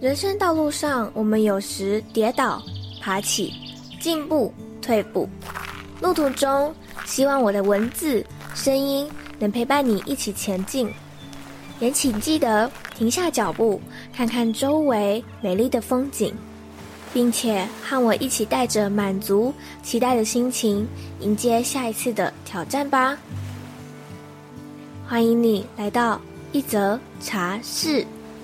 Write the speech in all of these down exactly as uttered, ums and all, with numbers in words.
人生道路上，我们有时跌倒、爬起、进步、退步。路途中，希望我的文字、声音能陪伴你一起前进。也请记得停下脚步，看看周围美丽的风景，并且和我一起带着满足、期待的心情，迎接下一次的挑战吧。欢迎你来到一则茶室。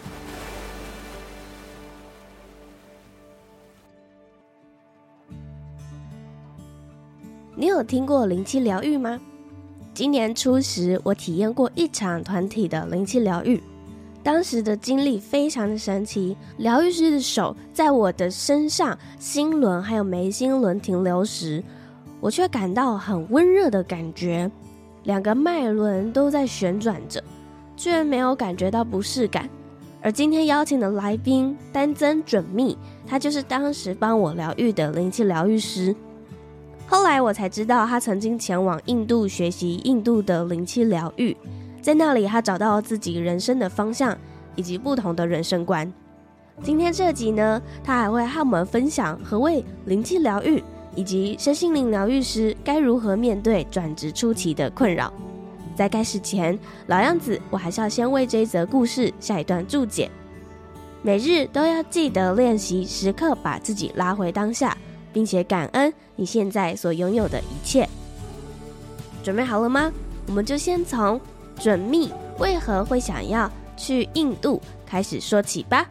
你有听过灵气疗愈吗？今年初时，我体验过一场团体的灵气疗愈，当时的经历非常的神奇。疗愈师的手在我的身上、心轮还有眉心轮停留时，我却感到很温热的感觉，两个脉轮都在旋转着，居然没有感觉到不适感。而今天邀请的来宾丹增准秘，他就是当时帮我疗愈的灵气疗愈师。后来我才知道，他曾经前往印度学习印度的灵气疗愈，在那里他找到了自己人生的方向以及不同的人生观。今天这集呢，他还会和我们分享何谓灵气疗愈，以及身心灵疗愈师该如何面对转职初期的困扰。在开始前，老样子，我还是要先为这一则故事下一段注解。每日都要记得练习，时刻把自己拉回当下，并且感恩你现在所拥有的一切。准备好了吗？我们就先从准秘为何会想要去印度开始说起吧。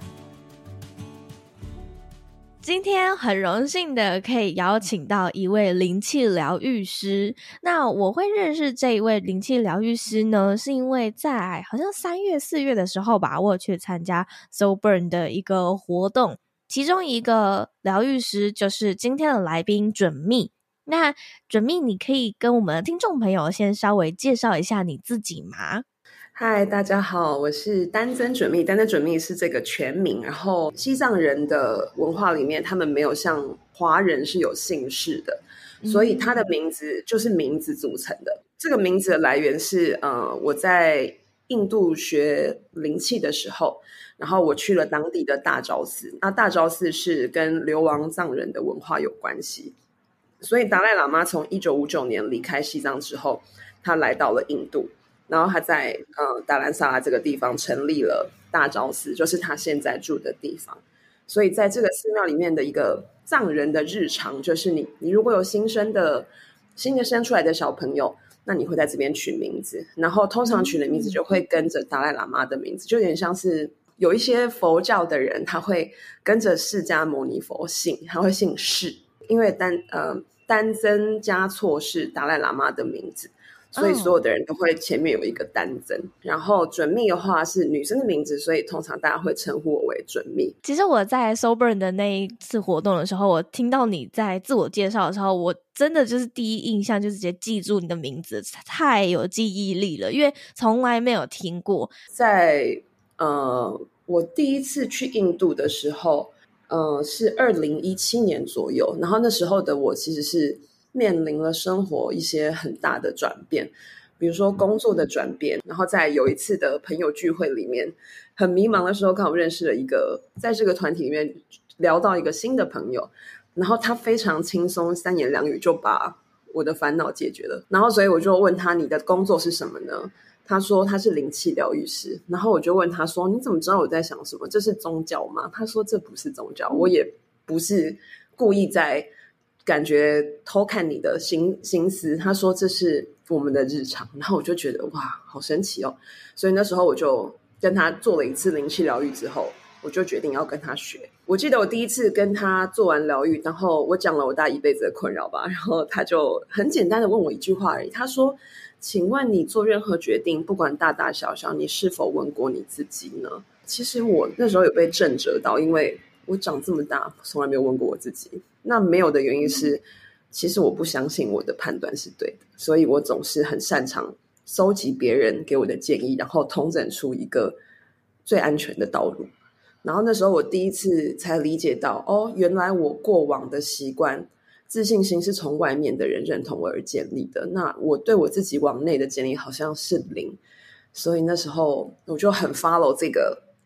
今天很荣幸的可以邀请到一位灵气疗愈师。那我会认识这一位灵气疗愈师呢，是因为在好像三月四月的时候吧，我有去参加 Soul Burn 的一个活动，其中一个疗愈师就是今天的来宾准秘。那准秘，你可以跟我们的听众朋友先稍微介绍一下你自己吗？ 嗨，大家好，我是丹增准秘。丹增准秘是这个全名，然后西藏人的文化里面，他们没有像华人是有姓氏的，所以他的名字就是名字组成的。这个名字的来源是，呃，我在印度学灵气的时候，然后我去了当地的大昭寺。那大昭寺是跟流亡藏人的文化有关系，所以达赖喇嘛从一九五九年离开西藏之后，他来到了印度。然后他在呃达兰萨拉这个地方成立了大昭寺，就是他现在住的地方。所以在这个寺庙里面的一个藏人的日常，就是你你如果有新生的新的生出来的小朋友，那你会在这边取名字，然后通常取的名字就会跟着达赖喇嘛的名字，就有点像是有一些佛教的人他会跟着释迦牟尼佛姓，他会姓释，因为丹呃丹增嘉措是达赖喇嘛的名字，所以所有的人都会前面有一个丹增、oh. 然后准秘的话是女生的名字，所以通常大家会称呼我为准秘。 其实我在 Soul Burn 的那一次活动的时候，我听到你在自我介绍的时候，我真的就是第一印象就直接记住你的名字，太有记忆力了，因为从来没有听过。 在呃，我第一次去印度的时候呃，是二零一七年左右，然后那时候的我其实是面临了生活一些很大的转变，比如说工作的转变，然后在有一次的朋友聚会里面很迷茫的时候，刚好认识了一个，在这个团体里面聊到一个新的朋友，然后他非常轻松，三言两语就把我的烦恼解决了。然后所以我就问他，你的工作是什么呢？他说他是灵气疗愈师。然后我就问他说，你怎么知道我在想什么？这是宗教吗？他说这不是宗教，我也不是故意在感觉偷看你的心心思，他说这是我们的日常。然后我就觉得哇好神奇哦，所以那时候我就跟他做了一次灵气疗愈之后，我就决定要跟他学。我记得我第一次跟他做完疗愈，然后我讲了我大一辈子的困扰吧，然后他就很简单的问我一句话而已，他说请问你做任何决定不管大大小小，你是否问过你自己呢？其实我那时候有被震折到，因为我长这么大从来没有问过我自己。那没有的原因是其实我不相信我的判断是对的，所以我总是很擅长收集别人给我的建议，然后统整出一个最安全的道路。然后那时候我第一次才理解到，哦，原来我过往的习惯自信心是从外面的人认同我而建立的，那我对我自己往内的建立好像是零。所以那时候我就很 follow 这个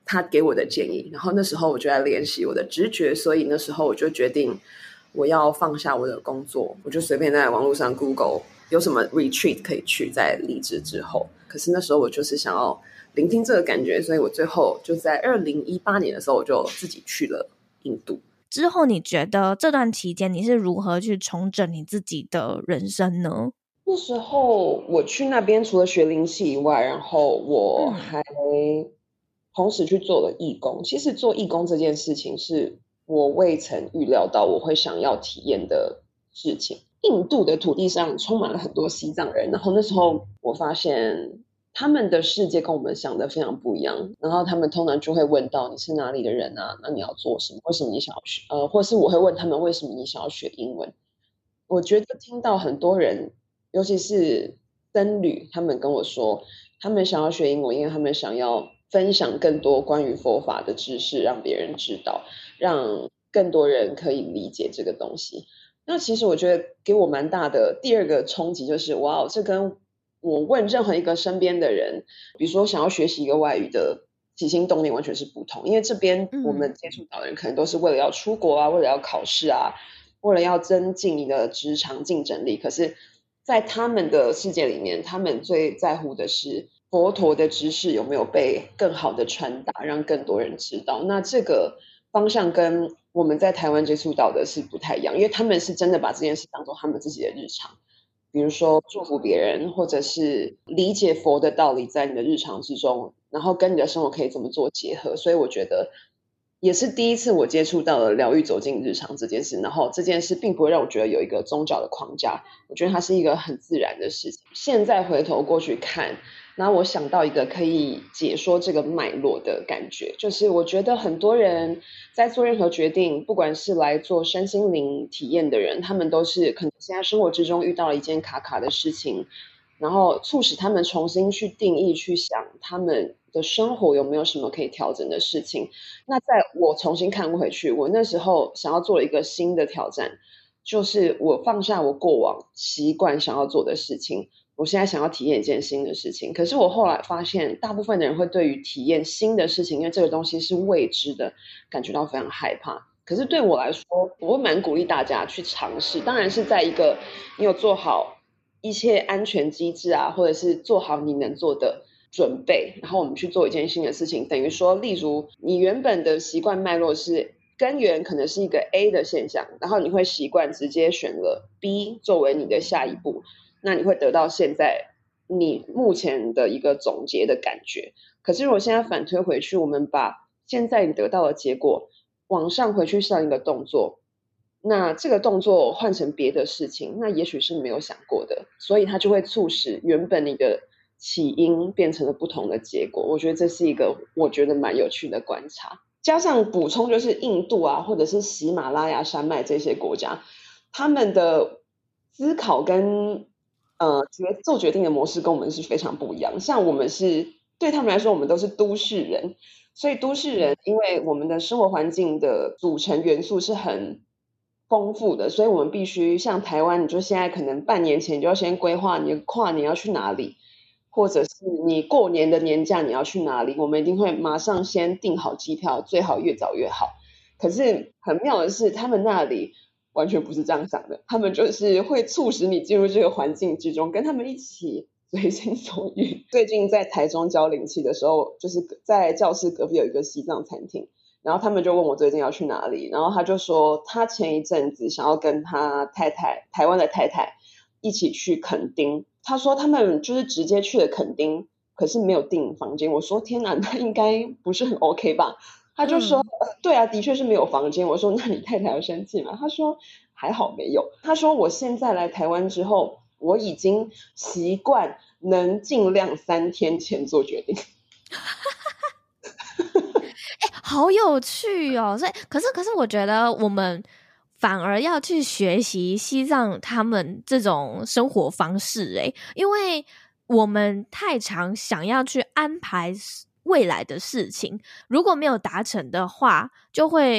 他给我的建议，然后那时候我就在练习我的直觉，所以那时候我就决定我要放下我的工作，我就随便在网络上 Google 有什么 retreat 可以去在离职之后。可是那时候我就是想要聆听这个感觉，所以我最后就在二零一八年的时候我就自己去了印度。 之后你觉得这段期间你是如何去重整你自己的人生呢？ 那时候我去那边除了学灵气以外，然后我还同时去做了义工。其实做义工这件事情是我未曾预料到我会想要体验的事情。印度的土地上充满了很多西藏人，然后那时候我发现他们的世界跟我们想的非常不一样，然后他们通常就会问到你是哪里的人啊，那你要做什么，为什么你想要学呃，或是我会问他们为什么你想要学英文。我觉得听到很多人尤其是僧侣，他们跟我说他们想要学英文，因为他们想要分享更多关于佛法的知识让别人知道，让更多人可以理解这个东西。那其实我觉得给我蛮大的第二个冲击就是哇，这跟我问任何一个身边的人，比如说想要学习一个外语的起心动念完全是不同。因为这边我们接触到的人可能都是为了要出国啊，为了要考试啊，为了要增进你的职场竞争力，可是在他们的世界里面，他们最在乎的是佛陀的知识有没有被更好的传达，让更多人知道。那这个方向跟我们在台湾接触到的是不太一样，因为他们是真的把这件事当作他们自己的日常，比如说祝福别人，或者是理解佛的道理在你的日常之中，然后跟你的生活可以怎么做结合。所以我觉得也是第一次我接触到了疗愈走进日常这件事，然后这件事并不会让我觉得有一个宗教的框架，我觉得它是一个很自然的事情。现在回头过去看，然后我想到一个可以解说这个脉络的感觉，就是我觉得很多人在做任何决定，不管是来做身心灵体验的人，他们都是可能现在生活之中遇到了一件卡卡的事情，然后促使他们重新去定义，去想他们的生活有没有什么可以调整的事情。那在我重新看回去，我那时候想要做一个新的挑战，就是我放下我过往习惯想要做的事情，我现在想要体验一件新的事情。可是我后来发现大部分的人会对于体验新的事情，因为这个东西是未知的，感觉到非常害怕。可是对我来说，我会蛮鼓励大家去尝试，当然是在一个你有做好一切安全机制啊，或者是做好你能做的准备，然后我们去做一件新的事情。等于说例如你原本的习惯脉络是根源可能是一个 A 的现象，然后你会习惯直接选了 B 作为你的下一步，那你会得到现在你目前的一个总结的感觉。可是如果现在反推回去，我们把现在你得到的结果往上回去上一个动作，那这个动作换成别的事情，那也许是没有想过的，所以它就会促使原本你的起因变成了不同的结果。我觉得这是一个我觉得蛮有趣的观察。加上补充就是印度啊，或者是喜马拉雅山脉这些国家，他们的思考跟呃决做决定的模式跟我们是非常不一样。像我们是对他们来说，我们都是都市人，所以都市人因为我们的生活环境的组成元素是很丰富的，所以我们必须像台湾，你就现在可能半年前你就要先规划你跨年要去哪里，或者是你过年的年假你要去哪里，我们一定会马上先订好机票，最好越早越好。可是很妙的是他们那里完全不是这样想的，他们就是会促使你进入这个环境之中，跟他们一起随心所欲。最近在台中教灵气的时候，就是在教室隔壁有一个西藏餐厅，然后他们就问我最近要去哪里，然后他就说他前一阵子想要跟他太太台湾的太太一起去垦丁，他说他们就是直接去了垦丁，可是没有订房间。我说天哪，那应该不是很 OK 吧？他就说、嗯呃、对啊，的确是没有房间。我说那你太太有生气吗？他说还好没有。他说我现在来台湾之后，我已经习惯能尽量三天前做决定。 欸、好有趣哦！所以，可是，可是，我觉得我们反而要去学习西藏他们这种生活方式，哎，因为我们太常想要去安排未来的事情，如果没有达成的话，就会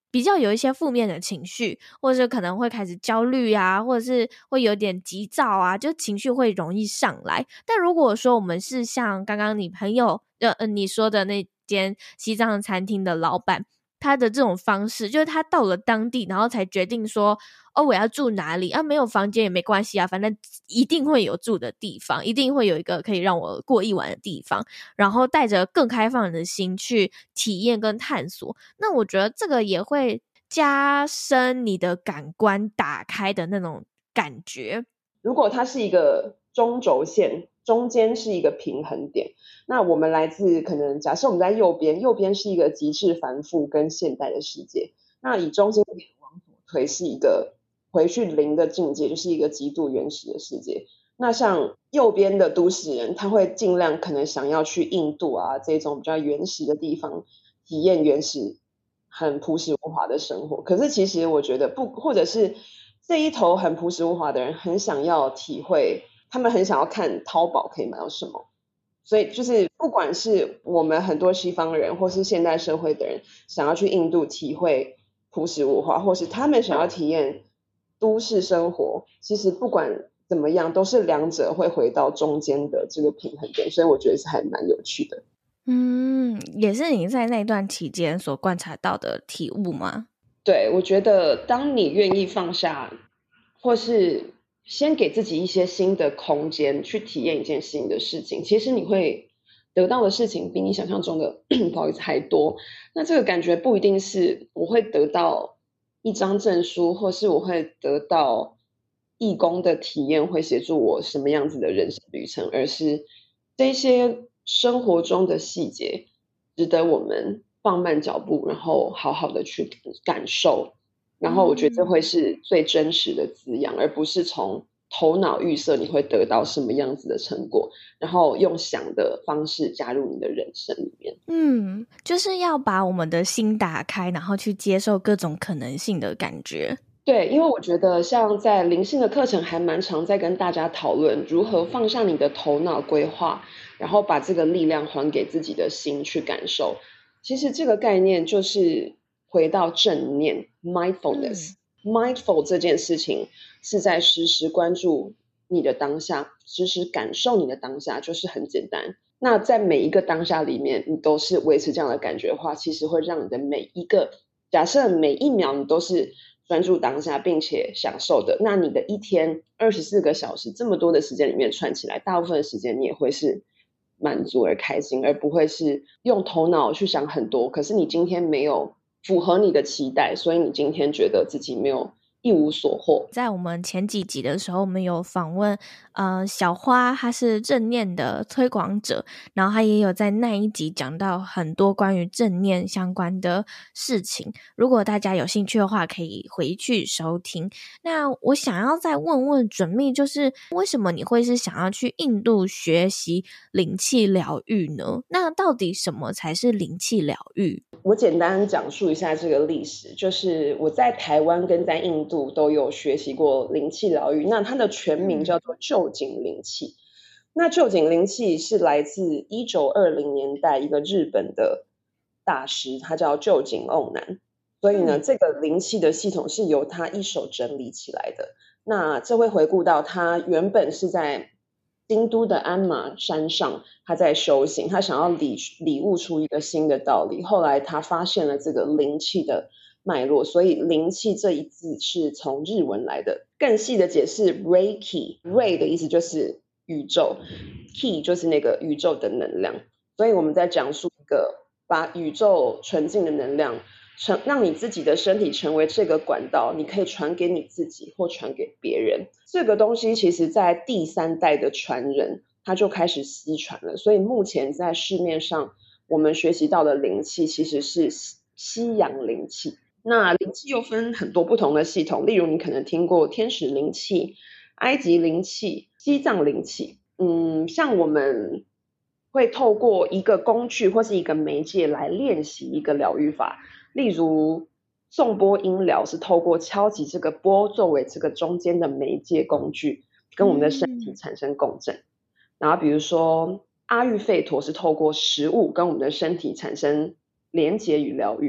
比较有一些负面的情绪，或者是可能会开始焦虑啊，或者是会有点急躁啊，就情绪会容易上来。但如果说我们是像刚刚你朋友呃呃你说的那间西藏餐厅的老板，他的这种方式就是他到了当地然后才决定说哦我要住哪里啊，没有房间也没关系啊，反正一定会有住的地方，一定会有一个可以让我过一晚的地方，然后带着更开放的心去体验跟探索。那我觉得这个也会加深你的感官打开的那种感觉。 如果它是一个中轴线，中间是一个平衡点，那我们来自可能假设我们在右边，右边是一个极致繁复跟现代的世界，那以中间点往左推是一个回去零的境界，就是一个极度原始的世界。那像右边的都市人，他会尽量可能想要去印度啊这种比较原始的地方体验原始很朴实无华的生活。可是其实我觉得不，或者是这一头很朴实无华的人很想要体会，他们很想要看淘宝可以买到什么。所以就是不管是我们很多西方人或是现代社会的人想要去印度体会朴实无华，或是他们想要体验都市生活，其实不管怎么样都是两者会回到中间的这个平衡点，所以我觉得是还蛮有趣的。 嗯，也是你在那段期间所观察到的体悟吗？ 对，我觉得当你愿意放下，或是先给自己一些新的空间去体验一件新的事情，其实你会得到的事情比你想象中的不好意思还多。那这个感觉不一定是我会得到一张证书，或是我会得到义工的体验会协助我什么样子的人生旅程，而是这些生活中的细节值得我们放慢脚步，然后好好的去感受，然后我觉得这会是最真实的滋养，而不是从头脑预设你会得到什么样子的成果，然后用想的方式加入你的人生里面。 嗯，就是要把我们的心打开，然后去接受各种可能性的感觉。 对，因为我觉得像在灵性的课程还蛮常在跟大家讨论如何放下你的头脑规划，然后把这个力量还给自己的心去感受。其实这个概念就是回到正念 mindfulness、嗯、mindful 这件事情是在时时关注你的当下，时时感受你的当下，就是很简单。那在每一个当下里面你都是维持这样的感觉的话，其实会让你的每一个，假设每一秒你都是专注当下并且享受的，那你的一天二十四个小时这么多的时间里面串起来，大部分的时间你也会是满足而开心，而不会是用头脑去想很多，可是你今天没有符合你的期待，所以你今天觉得自己没有一无所获。 在我们前几集的时候，我们有访问呃小花，她是正念的推广者，然后她也有在那一集讲到很多关于正念相关的事情，如果大家有兴趣的话可以回去收听。那我想要再问问准秘，就是为什么你会是想要去印度学习灵气疗愈呢？那到底什么才是灵气疗愈？ 我简单讲述一下这个历史，就是我在台湾跟在印度都有学习过灵气疗愈，那它的全名叫做臼井灵气。那臼井灵气是来自一九二零年代一个日本的大师，他叫臼井甕男，所以呢、嗯、这个灵气的系统是由他一手整理起来的。那这会回顾到他原本是在京都的鞍马山上，他在修行，他想要理理悟出一个新的道理，后来他发现了这个灵气的脉络，所以灵气这一字是从日文来的。更细的解释 Reiki， Rei 的意思就是宇宙， Ki 就是那个宇宙的能量，所以我们在讲述一个把宇宙纯净的能量成让你自己的身体成为这个管道，你可以传给你自己或传给别人。这个东西其实在第三代的传人他就开始失传了，所以目前在市面上我们学习到的灵气其实是西洋灵气。那灵气又分很多不同的系统，例如你可能听过天使灵气、埃及灵气、西藏灵气。嗯，像我们会透过一个工具或是一个媒介来练习一个疗愈法，例如颂钵音疗是透过敲击这个钵作为这个中间的媒介工具，跟我们的身体产生共振、嗯、然后比如说阿育吠陀是透过食物跟我们的身体产生连结与疗愈。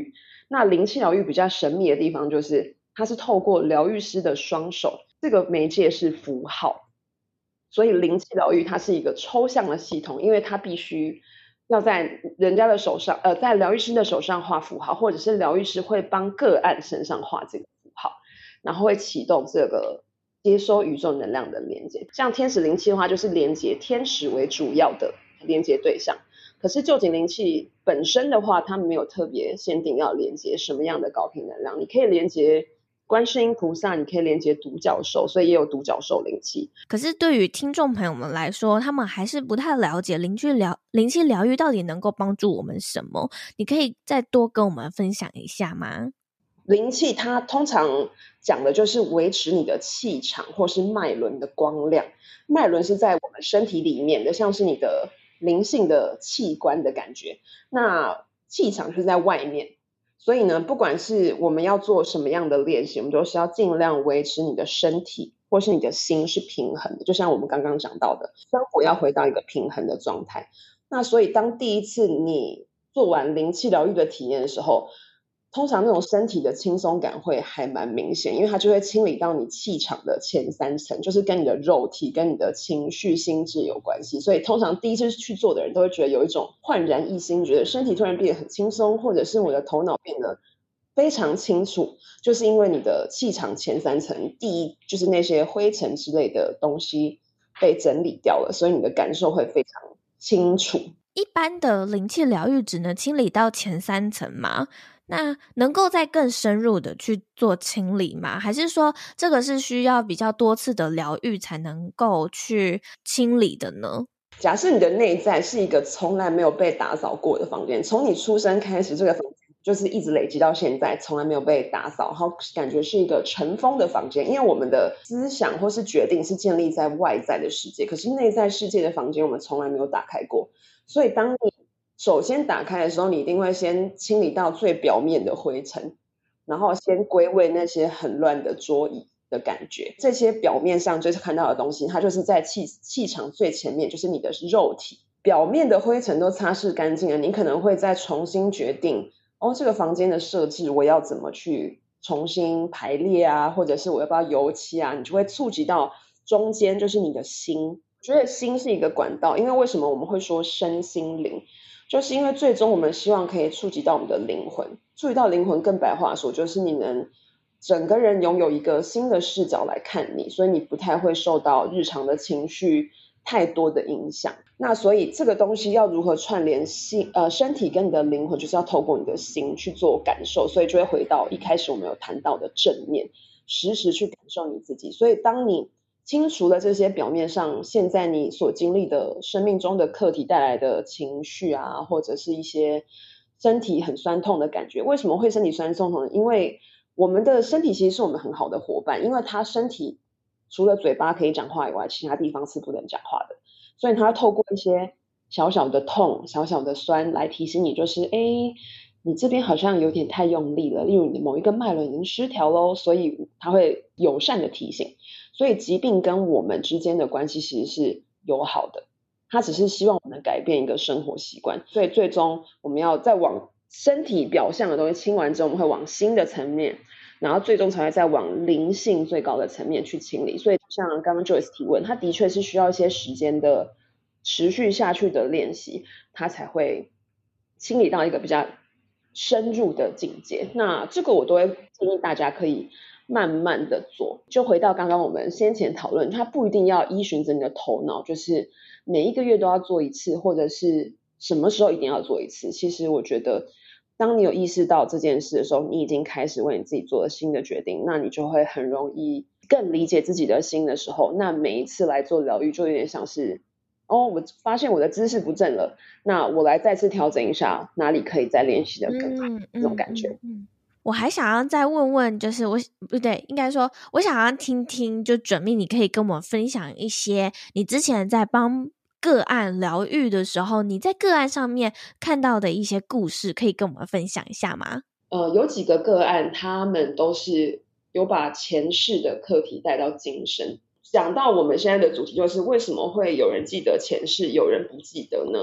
那灵气疗愈比较神秘的地方就是它是透过疗愈师的双手，这个媒介是符号，所以灵气疗愈它是一个抽象的系统，因为它必须要在人家的手上呃，在疗愈师的手上画符号，或者是疗愈师会帮个案身上画这个符号，然后会启动这个接收宇宙能量的连接。像天使灵气的话就是连接天使为主要的连接对象，可是臼井灵气本身的话它没有特别限定要连接什么样的高频能量，你可以连接观世音菩萨，你可以连接独角兽，所以也有独角兽灵气。 可是对于听众朋友们来说，他们还是不太了解灵气疗灵气疗愈到底能够帮助我们什么，你可以再多跟我们分享一下吗？ 灵气它通常讲的就是维持你的气场或是脉轮的光亮，脉轮是在我们身体里面的，像是你的灵性的器官的感觉，那气场是在外面。所以呢，不管是我们要做什么样的练习，我们都是要尽量维持你的身体或是你的心是平衡的，就像我们刚刚讲到的，生活要回到一个平衡的状态。那所以当第一次你做完灵气疗愈的体验的时候，通常那种身体的轻松感会还蛮明显，因为它就会清理到你气场的前三层，就是跟你的肉体跟你的情绪心智有关系。所以通常第一次去做的人都会觉得有一种焕然一新，觉得身体突然变得很轻松，或者是我的头脑变得非常清楚，就是因为你的气场前三层，第一就是那些灰尘之类的东西被整理掉了，所以你的感受会非常清楚。 一般的灵气疗愈只能清理到前三层吗？那能够再更深入的去做清理吗？还是说这个是需要比较多次的疗愈才能够去清理的呢？ 假设你的内在是一个从来没有被打扫过的房间，从你出生开始，这个房间就是一直累积到现在，从来没有被打扫，然后感觉是一个尘封的房间。因为我们的思想或是决定是建立在外在的世界，可是内在世界的房间我们从来没有打开过。所以当你首先打开的时候，你一定会先清理到最表面的灰尘，然后先归位那些很乱的桌椅的感觉。这些表面上就是看到的东西，它就是在气气场最前面，就是你的肉体。表面的灰尘都擦拭干净了，你可能会再重新决定，哦，这个房间的设置我要怎么去重新排列啊，或者是我要不要油漆啊，你就会触及到中间，就是你的心。我觉得心是一个管道，因为为什么我们会说身心灵，就是因为最终我们希望可以触及到我们的灵魂。触及到灵魂更白话说，就是你能整个人拥有一个新的视角来看你，所以你不太会受到日常的情绪太多的影响。那所以这个东西要如何串联心呃身体跟你的灵魂，就是要透过你的心去做感受，所以就会回到一开始我们有谈到的正念，时时去感受你自己。所以当你清除了这些表面上现在你所经历的生命中的课题带来的情绪啊，或者是一些身体很酸痛的感觉。为什么会身体酸痛呢？因为我们的身体其实是我们很好的伙伴，因为它身体除了嘴巴可以讲话以外，其他地方是不能讲话的，所以它透过一些小小的痛小小的酸来提醒你，就是诶你这边好像有点太用力了，例如你的某一个脉轮已经失调咯，所以它会友善的提醒。所以疾病跟我们之间的关系其实是友好的，它只是希望我们改变一个生活习惯。所以最终我们要再往身体表象的东西清完之后，我们会往心的层面，然后最终才会再往灵性最高的层面去清理。所以像刚刚 Joyce 提问，它的确是需要一些时间的持续下去的练习，它才会清理到一个比较深入的境界。那这个我都会建议大家可以慢慢的做。就回到刚刚我们先前讨论，它不一定要依循着你的头脑，就是每一个月都要做一次，或者是什么时候一定要做一次。其实我觉得当你有意识到这件事的时候，你已经开始为你自己做了新的决定，那你就会很容易更理解自己的心的时候，那每一次来做疗愈就有点像是哦，我发现我的姿势不正了，那我来再次调整一下哪里可以再练习的更好， 嗯， 这种感觉。 嗯嗯嗯我还想要再问问，就是我不对，应该说我想要听听，就准秘你可以跟我们分享一些你之前在帮个案疗愈的时候，你在个案上面看到的一些故事，可以跟我们分享一下吗？ 呃，有几个个案，他们都是有把前世的课题带到今生。讲到我们现在的主题，就是为什么会有人记得前世，有人不记得呢？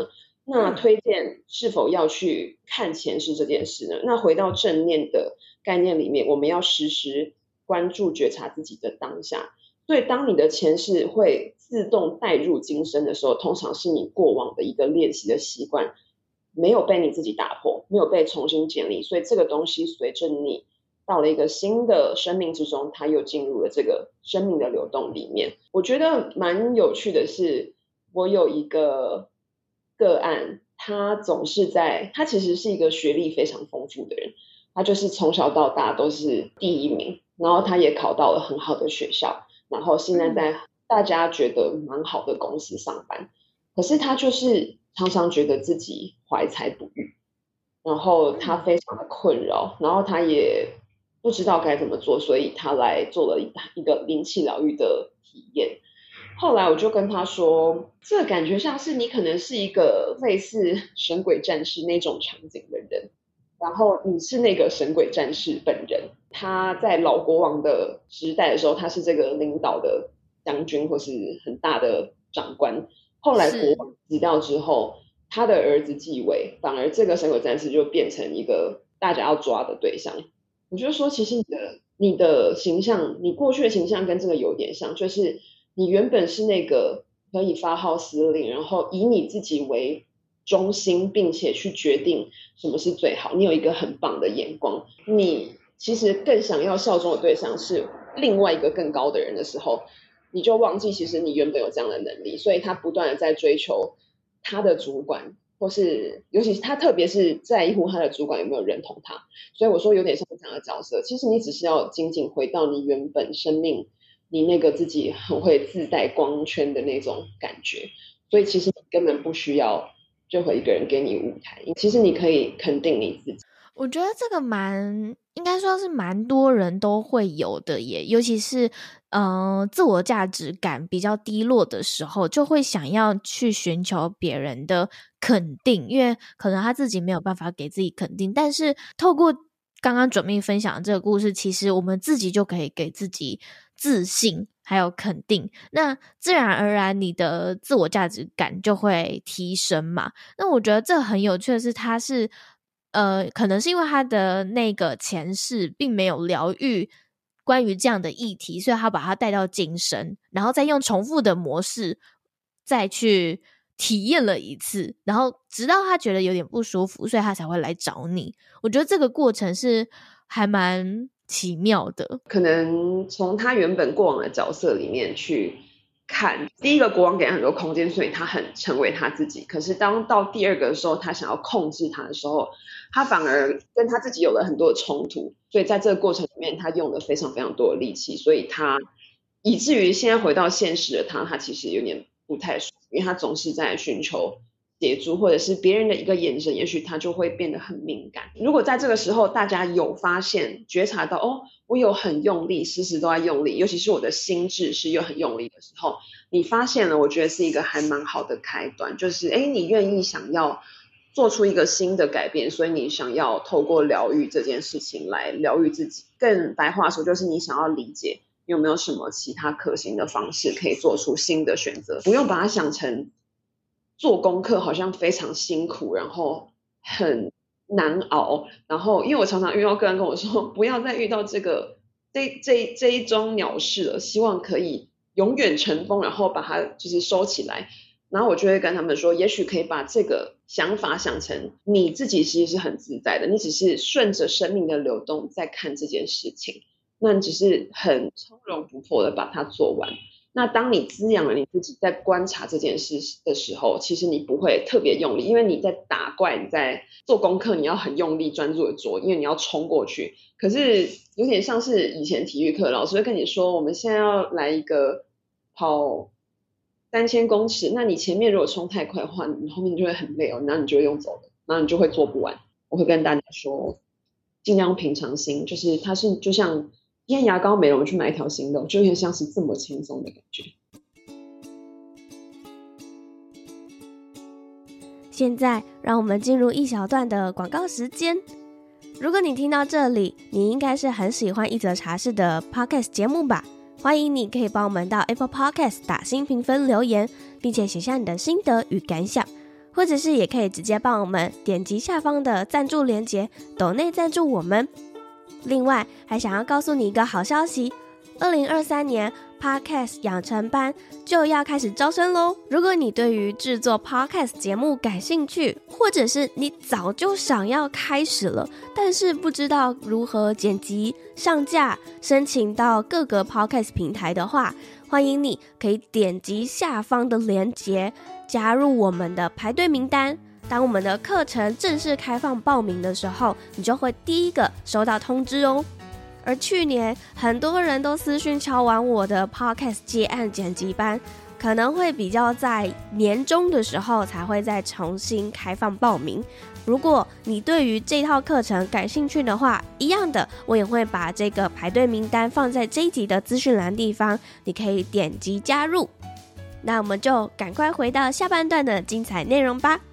那推荐是否要去看前世这件事呢？那回到正念的概念里面，我们要时时关注觉察自己的当下。所以当你的前世会自动带入今生的时候，通常是你过往的一个练习的习惯没有被你自己打破，没有被重新建立，所以这个东西随着你到了一个新的生命之中，它又进入了这个生命的流动里面。我觉得蛮有趣的是，我有一个个案，他总是在他其实是一个学历非常丰富的人，他就是从小到大都是第一名，然后他也考到了很好的学校，然后现在在大家觉得蛮好的公司上班，可是他就是常常觉得自己怀才不遇，然后他非常的困扰，然后他也不知道该怎么做，所以他来做了一个灵气疗愈的体验。后来我就跟他说，这感觉像是你可能是一个类似神鬼战士那种场景的人，然后你是那个神鬼战士本人。他在老国王的时代的时候，他是这个领导的将军或是很大的长官，后来国王死掉之后，他的儿子继位，反而这个神鬼战士就变成一个大家要抓的对象。我就说其实你的你的形象，你过去的形象跟这个有点像，就是你原本是那个可以发号施令，然后以你自己为中心，并且去决定什么是最好，你有一个很棒的眼光，你其实更想要效忠的对象是另外一个更高的人的时候，你就忘记其实你原本有这样的能力，所以他不断的在追求他的主管，或是尤其是他特别是在乎他的主管有没有认同他。所以我说有点像这样的角色，其实你只是要仅仅回到你原本生命你那个自己很会自带光圈的那种感觉，所以其实你根本不需要任何一个人给你舞台，其实你可以肯定你自己。 我觉得这个蛮应该说是蛮多人都会有的耶，尤其是呃自我价值感比较低落的时候，就会想要去寻求别人的肯定，因为可能他自己没有办法给自己肯定，但是透过刚刚准秘分享的这个故事，其实我们自己就可以给自己自信还有肯定，那自然而然你的自我价值感就会提升嘛。那我觉得这很有趣的是，他是呃，可能是因为他的那个前世并没有疗愈关于这样的议题，所以他把它带到今生，然后再用重复的模式再去体验了一次，然后直到他觉得有点不舒服，所以他才会来找你。我觉得这个过程是还蛮奇妙的， 可能从他原本过往的角色里面去看，第一个国王给他很多空间，所以他很成为他自己，可是当到第二个的时候，他想要控制他的时候，他反而跟他自己有了很多的冲突，所以在这个过程里面他用了非常非常多的力气，所以他以至于现在回到现实的他他其实有点不太舒服，因为他总是在寻求协助，或者是别人的一个眼神，也许他就会变得很敏感。如果在这个时候大家有发现觉察到，哦，我有很用力，时时都在用力，尤其是我的心智是又很用力的时候，你发现了，我觉得是一个还蛮好的开端，就是诶你愿意想要做出一个新的改变，所以你想要透过疗愈这件事情来疗愈自己，更白话说就是你想要理解有没有什么其他可行的方式可以做出新的选择，不用把它想成做功课好像非常辛苦，然后很难熬，然后因为我常常遇到个人跟我说不要再遇到这个这这这一桩鸟事了，希望可以永远尘封，然后把它就是收起来，然后我就会跟他们说，也许可以把这个想法想成你自己其实是很自在的，你只是顺着生命的流动在看这件事情，那你只是很从容不迫的把它做完。那当你滋养了你自己在观察这件事的时候，其实你不会特别用力，因为你在打怪，你在做功课，你要很用力专注的做，因为你要冲过去。可是有点像是以前体育课老师会跟你说，我们现在要来一个跑三千公尺，那你前面如果冲太快的话，你后面就会很累哦，然后你就会用走的，然后你就会做不完。我会跟大家说，尽量平常心，就是它是就像今天牙膏没了，我们去买一条新的，就有点像是这么轻松的感觉。 现在让我们进入一小段的广告时间。如果你听到这里，你应该是很喜欢一则茶室的 Podcast 节目吧？欢迎你可以帮我们到 Apple Podcast 打新评分留言，并且写下你的心得与感想， 或者是也可以直接帮我们点击下方的赞助连结，抖内赞助我们。另外还想要告诉你一个好消息，二零二三年 Podcast 养成班就要开始招生咯。如果你对于制作 Podcast 节目感兴趣，或者是你早就想要开始了，但是不知道如何剪辑、上架、申请到各个 Podcast 平台的话，欢迎你可以点击下方的连结，加入我们的排队名单。当我们的课程正式开放报名的时候，你就会第一个收到通知哦。而去年很多人都私讯敲完我的 Podcast 接案剪辑班，可能会比较在年中的时候才会再重新开放报名。如果你对于这套课程感兴趣的话，一样的，我也会把这个排队名单放在这一集的资讯栏地方，你可以点击加入。那我们就赶快回到下半段的精彩内容吧。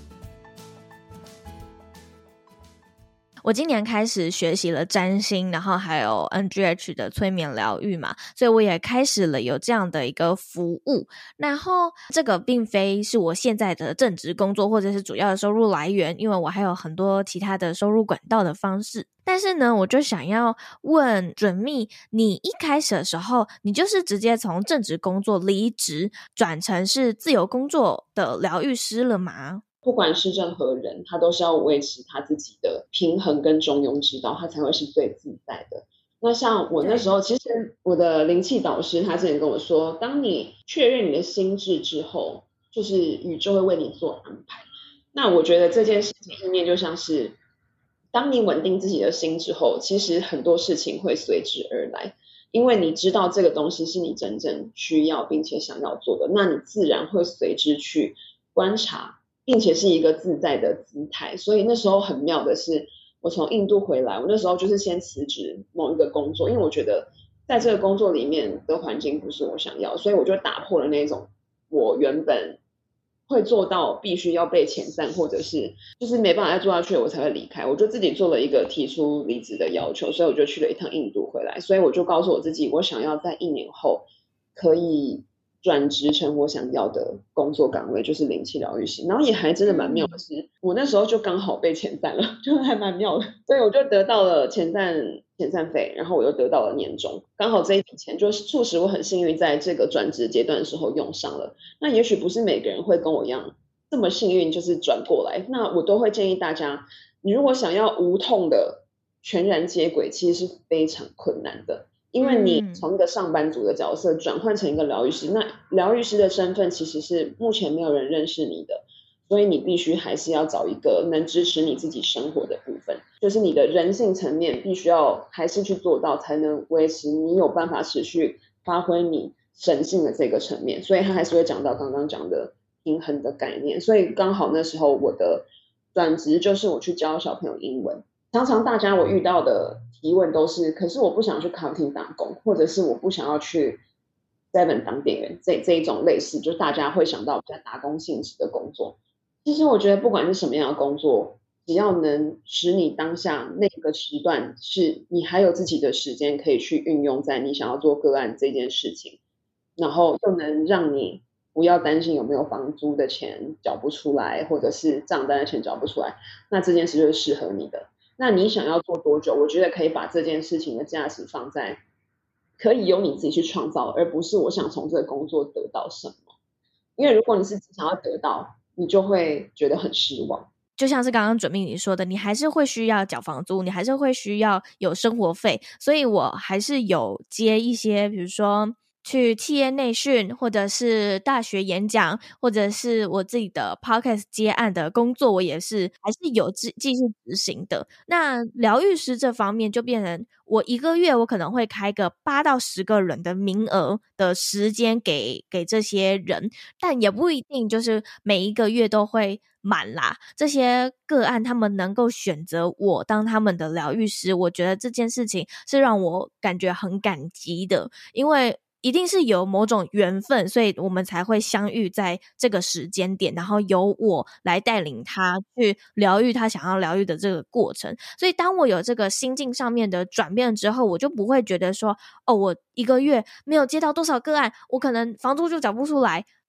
我今年开始学习了占星，然后还有 N G H 的催眠疗愈嘛，所以我也开始了有这样的一个服务。然后这个并非是我现在的正职工作或者是主要的收入来源，因为我还有很多其他的收入管道的方式。但是呢，我就想要问准秘，你一开始的时候，你就是直接从正职工作离职，转成是自由工作的疗愈师了吗？ 不管是任何人，他都是要维持他自己的平衡跟中庸之道，他才会是最自在的。那像我那时候，其实我的灵气导师他之前跟我说，当你确认你的心智之后，就是宇宙会为你做安排。那我觉得这件事情意念就像是，当你稳定自己的心之后，其实很多事情会随之而来，因为你知道这个东西是你真正需要并且想要做的，那你自然会随之去观察，并且是一个自在的姿态。所以那时候很妙的是，我从印度回来，我那时候就是先辞职某一个工作，因为我觉得在这个工作里面的环境不是我想要，所以我就打破了那种我原本会做到必须要被遣散，或者是就是没办法再做下去我才会离开，我就自己做了一个提出离职的要求，所以我就去了一趟印度回来。所以我就告诉我自己，我想要在一年后可以转职成我想要的工作岗位，就是灵气疗愈师。然后也还真的蛮妙的是，我那时候就刚好被遣散了，就还蛮妙的，所以我就得到了遣散遣散费，然后我又得到了年终，刚好这一笔钱就促使我很幸运在这个转职阶段的时候用上了。那也许不是每个人会跟我一样这么幸运就是转过来，那我都会建议大家，你如果想要无痛的全然接轨，其实是非常困难的。因为你从一个上班族的角色转换成一个疗愈师，那疗愈师的身份其实是目前没有人认识你的，所以你必须还是要找一个能支持你自己生活的部分，就是你的人性层面必须要还是去做到，才能维持你有办法持续发挥你神性的这个层面。所以他还是会讲到刚刚讲的平衡的概念。所以刚好那时候我的转职就是我去教小朋友英文。常常大家我遇到的提问都是，可是我不想去咖啡厅打工，或者是我不想要去 seven 当店员，这这一种类似就是大家会想到比较打工性质的工作。其实我觉得不管是什么样的工作，只要能使你当下那个时段是你还有自己的时间可以去运用在你想要做个案这件事情，然后又能让你不要担心有没有房租的钱缴不出来，或者是账单的钱缴不出来，那这件事就是适合你的。那你想要做多久？我觉得可以把这件事情的价值放在可以由你自己去创造，而不是我想从这个工作得到什么。因为如果你是只想要得到，你就会觉得很失望。 就像是刚刚准秘你说的，你还是会需要缴房租，你还是会需要有生活费，所以我还是有接一些比如说去企业内训，或者是大学演讲，或者是我自己的 podcast 接案的工作，我也是还是有继续执行的。那疗愈师这方面就变成我一个月我可能会开个八到十个人的名额的时间给给这些人，但也不一定就是每一个月都会满啦。这些个案他们能够选择我当他们的疗愈师，我觉得这件事情是让我感觉很感激的，因为一定是有某种缘分，所以我们才会相遇在这个时间点，然后由我来带领他去疗愈他想要疗愈的这个过程。所以当我有这个心境上面的转变之后，我就不会觉得说哦，我一个月没有接到多少个案，我可能房租就缴不出来，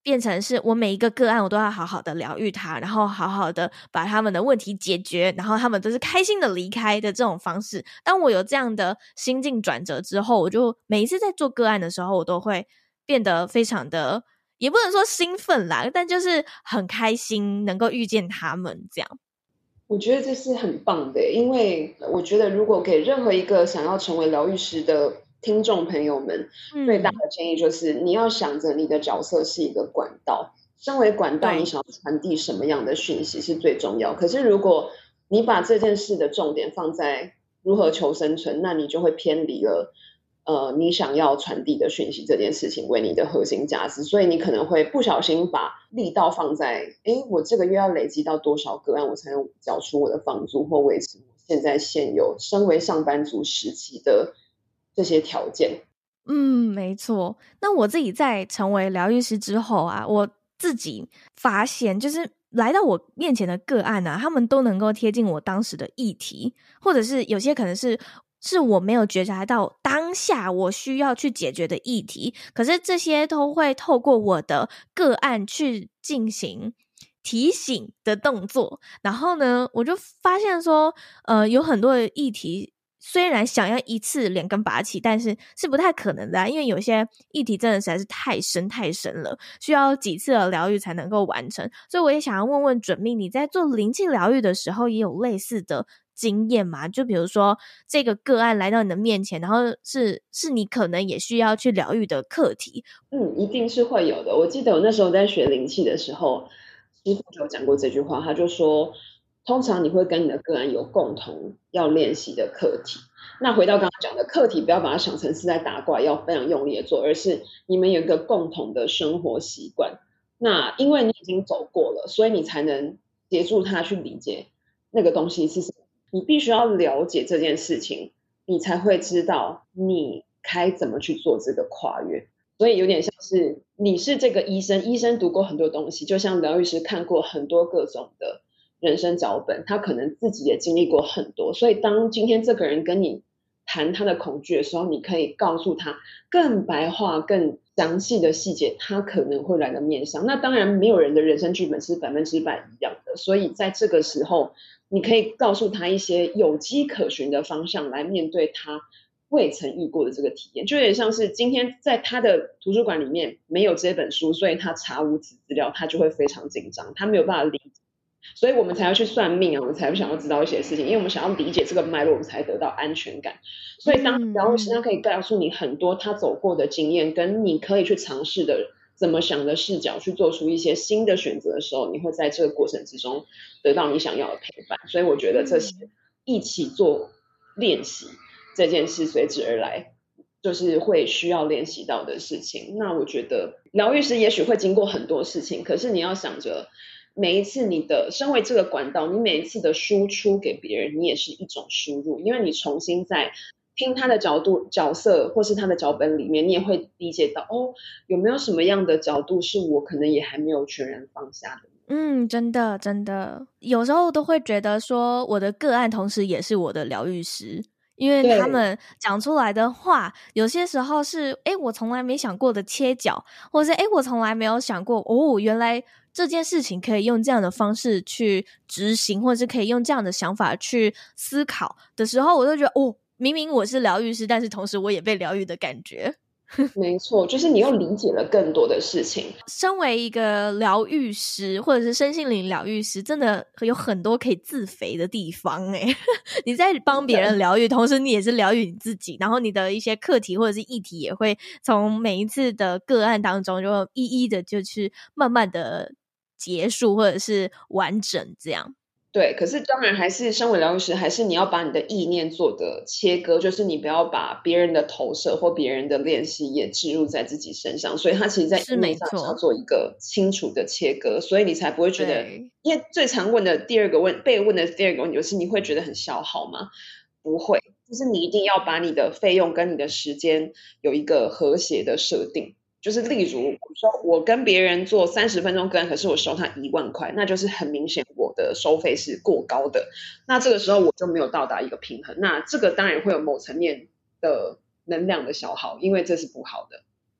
变成是我每一个个案我都要好好的疗愈他，然后好好的把他们的问题解决，然后他们都是开心的离开的这种方式。当我有这样的心境转折之后，我就每一次在做个案的时候，我都会变得非常的，也不能说兴奋啦，但就是很开心能够遇见他们这样。 我觉得这是很棒的，因为我觉得如果给任何一个想要成为疗愈师的听众朋友们， 嗯， 最大的建议就是你要想着你的角色是一个管道，身为管道，你想要传递什么样的讯息是最重要。可是如果你把这件事的重点放在如何求生存，那你就会偏离了呃，你想要传递的讯息这件事情为你的核心价值，所以你可能会不小心把力道放在诶我这个月要累积到多少个案我才能缴出我的房租或维持我现在现有身为上班族时期的这些条件。 嗯，没错。那我自己在成为疗愈师之后啊，我自己发现就是来到我面前的个案啊，他们都能够贴近我当时的议题，或者是有些可能是是我没有觉察到当下我需要去解决的议题，可是这些都会透过我的个案去进行提醒的动作。然后呢，我就发现说呃，有很多的议题虽然想要一次连根拔起，但是是不太可能的啊，因为有些议题真的实在是太深太深了，需要几次的疗愈才能够完成。所以我也想要问问准秘，你在做灵气疗愈的时候也有类似的经验吗？就比如说这个个案来到你的面前，然后是是你可能也需要去疗愈的课题。 嗯，一定是会有的。我记得我那时候在学灵气的时候，师父就有讲过这句话，他就说通常你会跟你的个案有共同要练习的课题。那回到刚刚讲的课题，不要把它想成是在打怪要非常用力的做，而是你们有一个共同的生活习惯。那因为你已经走过了，所以你才能协助他去理解那个东西是什么。你必须要了解这件事情，你才会知道你该怎么去做这个跨越。所以有点像是你是这个医生，医生读过很多东西，就像疗愈师看过很多各种的人生脚本，他可能自己也经历过很多，所以当今天这个人跟你谈他的恐惧的时候，你可以告诉他更白话更详细的细节他可能会来的面向。那当然没有人的人生剧本是百分之百一样的，所以在这个时候你可以告诉他一些有迹可循的方向来面对他未曾遇过的这个体验。就有点像是今天在他的图书馆里面没有这本书，所以他查无此资料，他就会非常紧张，他没有办法理解，所以我们才要去算命啊，我们才会想要知道一些事情，因为我们想要理解这个脉络，我们才得到安全感。所以当疗愈师他可以告诉你很多他走过的经验，跟你可以去尝试的怎么想的视角去做出一些新的选择的时候，你会在这个过程之中得到你想要的陪伴。所以我觉得这些一起做练习这件事随之而来就是会需要练习到的事情。那我觉得疗愈师也许会经过很多事情，可是你要想着每一次你的身为这个管道，你每一次的输出给别人，你也是一种输入，因为你重新在听他的角度角色或是他的脚本里面，你也会理解到哦，有没有什么样的角度是我可能也还没有全然放下的。 嗯，真的真的有时候都会觉得说我的个案同时也是我的疗愈师，因为他们讲出来的话有些时候是诶我从来没想过的切角，或是诶我从来没有想过哦原来这件事情可以用这样的方式去执行，或者是可以用这样的想法去思考的时候，我就觉得哦明明我是疗愈师，但是同时我也被疗愈的感觉。 没错，就是你又理解了更多的事情。 身为一个疗愈师或者是身心灵疗愈师，真的有很多可以自肥的地方诶你在帮别人疗愈，同时你也是疗愈你自己，然后你的一些课题或者是议题也会从每一次的个案当中就一一的就去慢慢的结束或者是完整这样。 对，可是当然还是身为疗愈师，还是你要把你的意念做的切割，就是你不要把别人的投射或别人的练习也置入在自己身上，所以他其实在意念上要做一个清楚的切割，所以你才不会觉得，因为最常问的第二个问被问的第二个问题就是你会觉得很消耗吗？不会，就是你一定要把你的费用跟你的时间有一个和谐的设定。就是例如我说我跟别人做三十分钟个案，可是我收他一万块，那就是很明显我的收费是过高的，那这个时候我就没有到达一个平衡，那这个当然会有某层面的能量的消耗，因为这是不好的。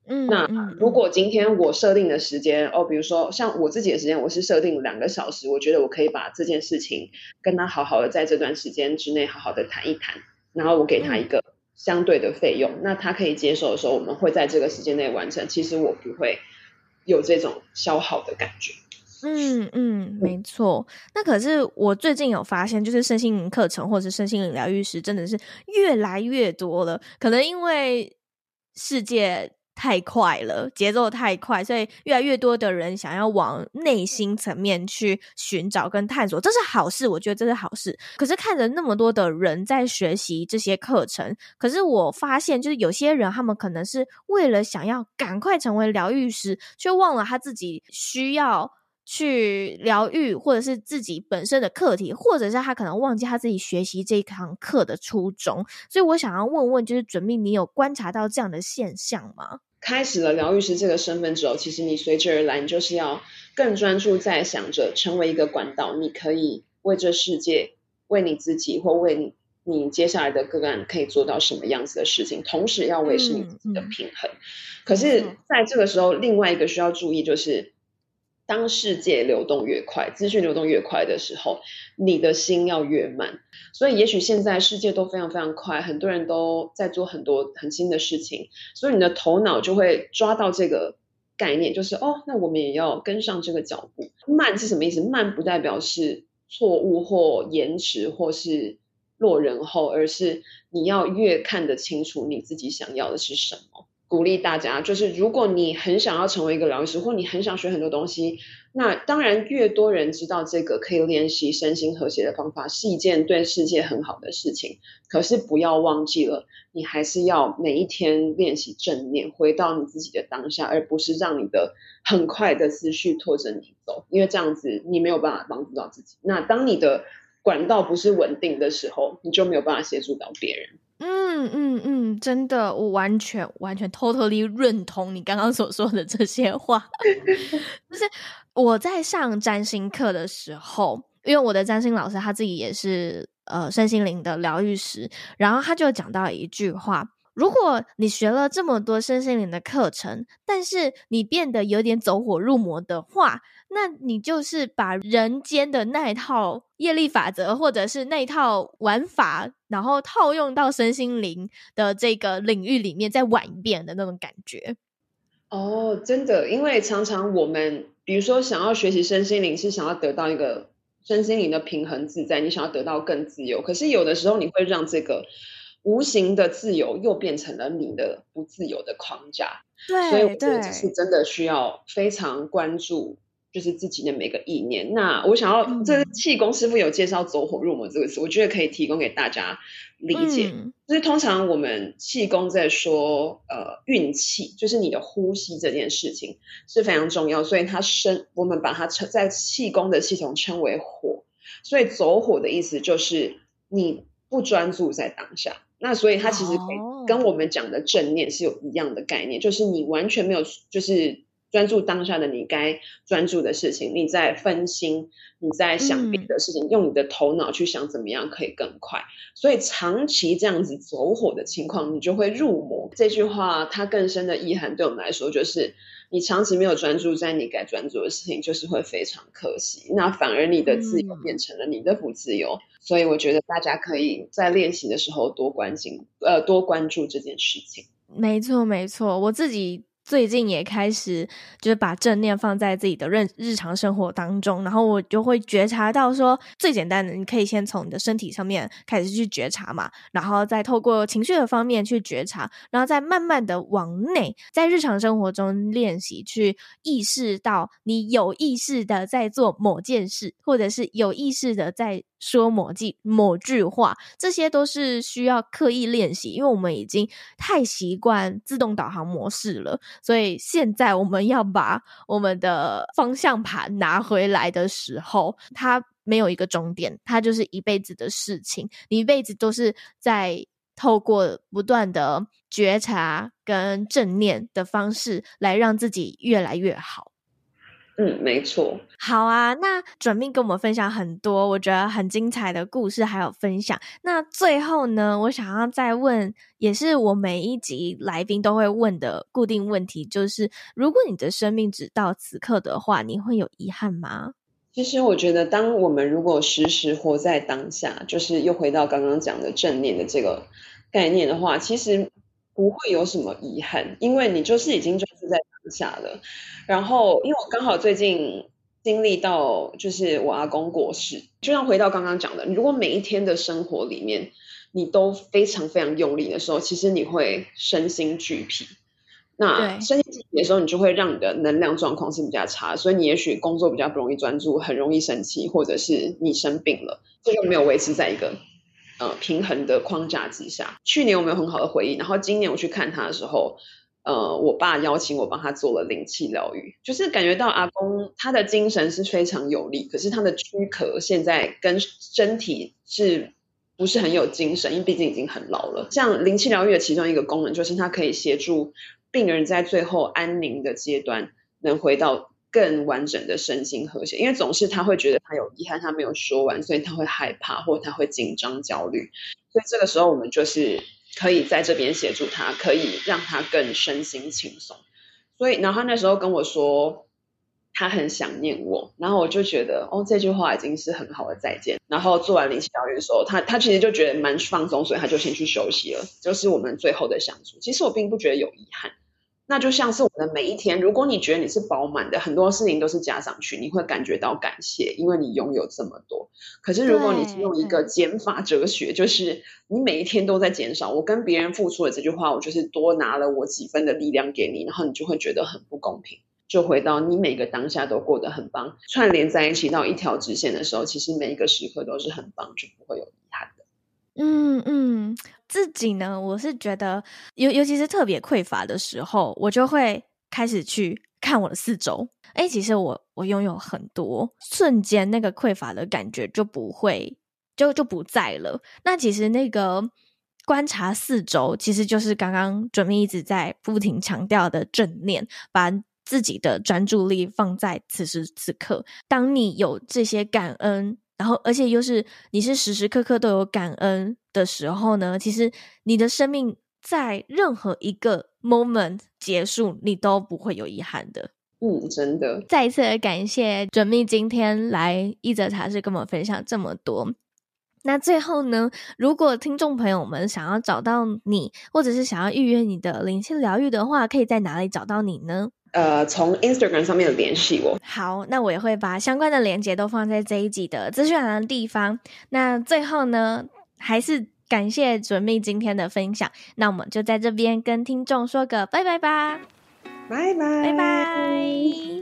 嗯， 那嗯如果今天我设定的时间哦，比如说像我自己的时间，我是设定两个小时，我觉得我可以把这件事情跟他好好的在这段时间之内好好的谈一谈，然后我给他一个相对的费用，嗯、那他可以接受的时候，我们会在这个时间内完成。其实我不会有这种消耗的感觉。 嗯嗯，没错。那可是我最近有发现，就是身心灵课程或者是身心灵疗愈师真的是越来越多了。可能因为世界太快了，节奏太快，所以越来越多的人想要往内心层面去寻找跟探索，这是好事，我觉得这是好事。可是看着那么多的人在学习这些课程，可是我发现就是有些人他们可能是为了想要赶快成为疗愈师，却忘了他自己需要去疗愈，或者是自己本身的课题，或者是他可能忘记他自己学习这一堂课的初衷。所以我想要问问，就是准命，你有观察到这样的现象吗？ 开始了疗愈师这个身份之后，其实你随之而来，你就是要更专注在想着成为一个管道，你可以为这世界、为你自己或为你你接下来的个案可以做到什么样子的事情，同时要维持你自己的平衡。嗯嗯、可是在这个时候，另外一个需要注意就是，当世界流动越快，资讯流动越快的时候，你的心要越慢。所以也许现在世界都非常非常快，很多人都在做很多很新的事情，所以你的头脑就会抓到这个概念，就是哦，那我们也要跟上这个脚步。慢是什么意思？慢不代表是错误或延迟或是落人后，而是你要越看得清楚你自己想要的是什么。鼓励大家，就是如果你很想要成为一个疗愈师，或你很想学很多东西，那当然越多人知道这个可以练习身心和谐的方法，是一件对世界很好的事情。可是不要忘记了，你还是要每一天练习正念，回到你自己的当下，而不是让你的很快的思绪拖着你走，因为这样子你没有办法帮助到自己。那当你的管道不是稳定的时候，你就没有办法协助到别人。 嗯嗯嗯，真的，我完全完全 totally 认同你刚刚所说的这些话。就是我在上占星课的时候，因为我的占星老师他自己也是呃身心灵的疗愈师，然后他就讲到一句话：如果你学了这么多身心灵的课程，但是你变得有点走火入魔的话，那你就是把人间的那一套业力法则或者是那一套玩法，然后套用到身心灵的这个领域里面再玩一遍的那种感觉。 哦，真的，因为常常我们比如说想要学习身心灵，是想要得到一个身心灵的平衡自在，你想要得到更自由，可是有的时候你会让这个无形的自由又变成了你的不自由的框架。 对， 所以我觉得这是真的需要非常关注就是自己的每个意念。那我想要、嗯、这气功师傅有介绍走火入魔这个词，我觉得可以提供给大家理解、嗯、就是通常我们气功在说呃运气，就是你的呼吸这件事情是非常重要，所以它称我们把它在气功的系统称为火。所以走火的意思就是你不专注在当下，那所以它其实可以跟我们讲的正念是有一样的概念，就是你完全没有就是专注当下的你该专注的事情，你在分心，你在想别的事情、嗯、用你的头脑去想怎么样可以更快。所以长期这样子走火的情况，你就会入魔。这句话它更深的意涵对我们来说，就是你长期没有专注在你该专注的事情，就是会非常可惜，那反而你的自由变成了你的不自由、嗯、所以我觉得大家可以在练习的时候多关心呃多关注这件事情。 没错没错，我自己最近也开始就是把正念放在自己的日日常生活当中，然后我就会觉察到说，最简单的你可以先从你的身体上面开始去觉察嘛，然后再透过情绪的方面去觉察，然后再慢慢的往内，在日常生活中练习去意识到你有意识的在做某件事，或者是有意识的在说某句某句话，这些都是需要刻意练习，因为我们已经太习惯自动导航模式了，所以现在我们要把我们的方向盘拿回来的时候，它没有一个终点，它就是一辈子的事情，你一辈子都是在透过不断的觉察跟正念的方式来让自己越来越好。 嗯，没错。 好啊，那准命跟我们分享很多我觉得很精彩的故事还有分享。那最后呢，我想要再问，也是我每一集来宾都会问的固定问题，就是如果你的生命只到此刻的话，你会有遗憾吗？ 其实我觉得当我们如果时时活在当下，就是又回到刚刚讲的正念的这个概念的话，其实不会有什么遗憾，因为你就是已经专注在当下了。然后因为我刚好最近经历到就是我阿公过世，就像回到刚刚讲的，如果每一天的生活里面你都非常非常用力的时候，其实你会身心俱疲。那身心俱疲的时候，你就会让你的能量状况是比较差，所以你也许工作比较不容易专注，很容易生气，或者是你生病了，这就没有维持在一个呃平衡的框架之下。去年我们有很好的回忆，然后今年我去看他的时候，呃，我爸邀请我帮他做了灵气疗愈，就是感觉到阿公他的精神是非常有力，可是他的躯壳现在跟身体是不是很有精神，因为毕竟已经很老了。像灵气疗愈的其中一个功能就是它可以协助病人在最后安宁的阶段能回到更完整的身心和谐，因为总是他会觉得他有遗憾，他没有说完，所以他会害怕或他会紧张焦虑，所以这个时候我们就是可以在这边协助他，可以让他更身心轻松。所以然后他那时候跟我说他很想念我，然后我就觉得哦，这句话已经是很好的再见。然后做完灵气疗愈的时候，他他其实就觉得蛮放松，所以他就先去休息了，就是我们最后的相处。其实我并不觉得有遗憾，那就像是我们的每一天，如果你觉得你是饱满的，很多事情都是加上去，你会感觉到感谢，因为你拥有这么多。可是如果你是用一个减法哲学，就是你每一天都在减少，我跟别人付出的这句话，我就是多拿了我几分的力量给你，然后你就会觉得很不公平。就回到你每个当下都过得很棒，串联在一起到一条直线的时候，其实每一个时刻都是很棒，就不会有遗憾的。 嗯嗯，自己呢，我是觉得尤尤其是特别匮乏的时候，我就会开始去看我的四周。哎，其实我我拥有很多，瞬间那个匮乏的感觉就不会就就不在了。那其实那个观察四周，其实就是刚刚准备一直在不停强调的正念，把自己的专注力放在此时此刻。当你有这些感恩，然后而且又是你是时时刻刻都有感恩的时候呢，其实你的生命在任何一个 moment 结束，你都不会有遗憾的。 嗯，真的。 再一次的感谢准秘今天来一则茶室跟我们分享这么多。那最后呢，如果听众朋友们想要找到你，或者是想要预约你的灵气疗愈的话，可以在哪里找到你呢？ 呃，从 Instagram 上面联系我。 好，那我也会把相关的连结都放在这一集的资讯栏的地方。那最后呢，还是感谢准秘今天的分享。那我们就在这边跟听众说个拜拜吧， 拜拜， 拜拜。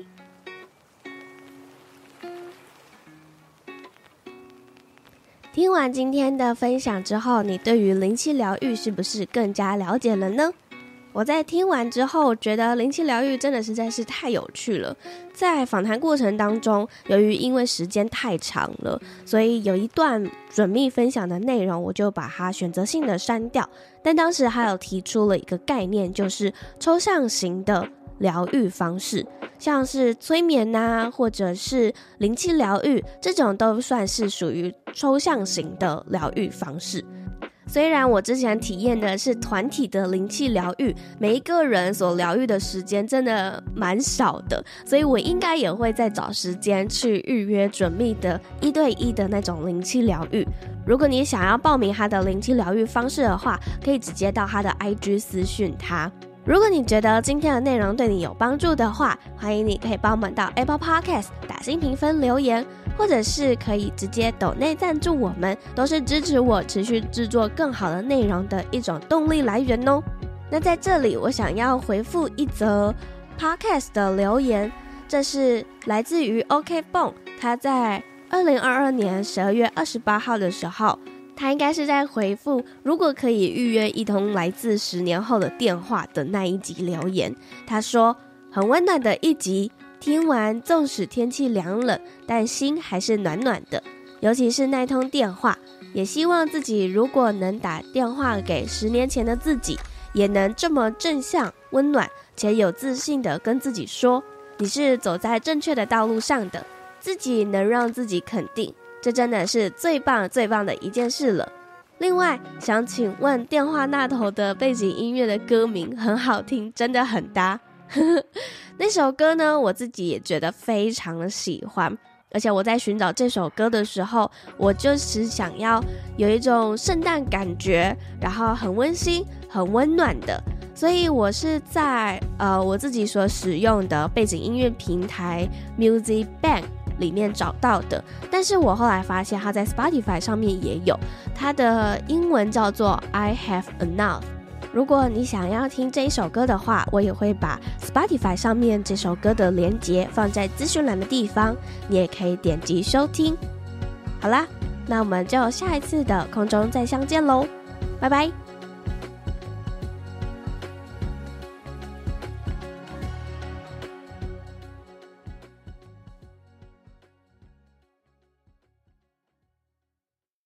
听完今天的分享之后，你对于灵气疗愈是不是更加了解了呢？我在听完之后觉得灵气疗愈真的实在是太有趣了。在访谈过程当中，由于因为时间太长了，所以有一段准秘分享的内容我就把它选择性的删掉，但当时还有提出了一个概念，就是抽象型的疗愈方式，像是催眠啊，或者是灵气疗愈，这种都算是属于抽象型的疗愈方式。虽然我之前体验的是团体的灵气疗愈，每一个人所疗愈的时间真的蛮少的，所以我应该也会再找时间去预约准秘的一对一的那种灵气疗愈。如果你想要报名他的灵气疗愈方式的话，可以直接到他的 I G 私讯他。如果你觉得今天的内容对你有帮助的话，欢迎你可以帮我们到 Apple Podcast 打星评分留言，或者是可以直接抖内赞助我们，都是支持我持续制作更好的内容的一种动力来源哦。那在这里我想要回复一则 Podcast 的留言，这是来自于 OK 蹦，他在二零二二年十二月二十八号的时候，他应该是在回复如果可以预约一通来自十年后的电话的那一集留言。他说很温暖的一集，听完纵使天气凉冷，但心还是暖暖的，尤其是那通电话，也希望自己如果能打电话给十年前的自己，也能这么正向温暖且有自信的跟自己说， 你是走在正确的道路上的，自己能让自己肯定，这真的是最棒最棒的一件事了。另外想请问电话那头的背景音乐的歌名很好听，真的很搭那首歌呢我自己也觉得非常的喜欢，而且我在寻找这首歌的时候，我就是想要有一种圣诞感觉，然后很温馨很温暖的，所以我是在呃我自己所使用的背景音乐平台 Music Bank 里面找到的，但是我后来发现它在 Spotify 上面也有，它的英文叫做 I Have Enough。 如果你想要听这一首歌的话，我也会把 Spotify 上面这首歌的连结放在资讯栏的地方，你也可以点击收听。好啦，那我们就下一次的空中再相见咯，拜拜。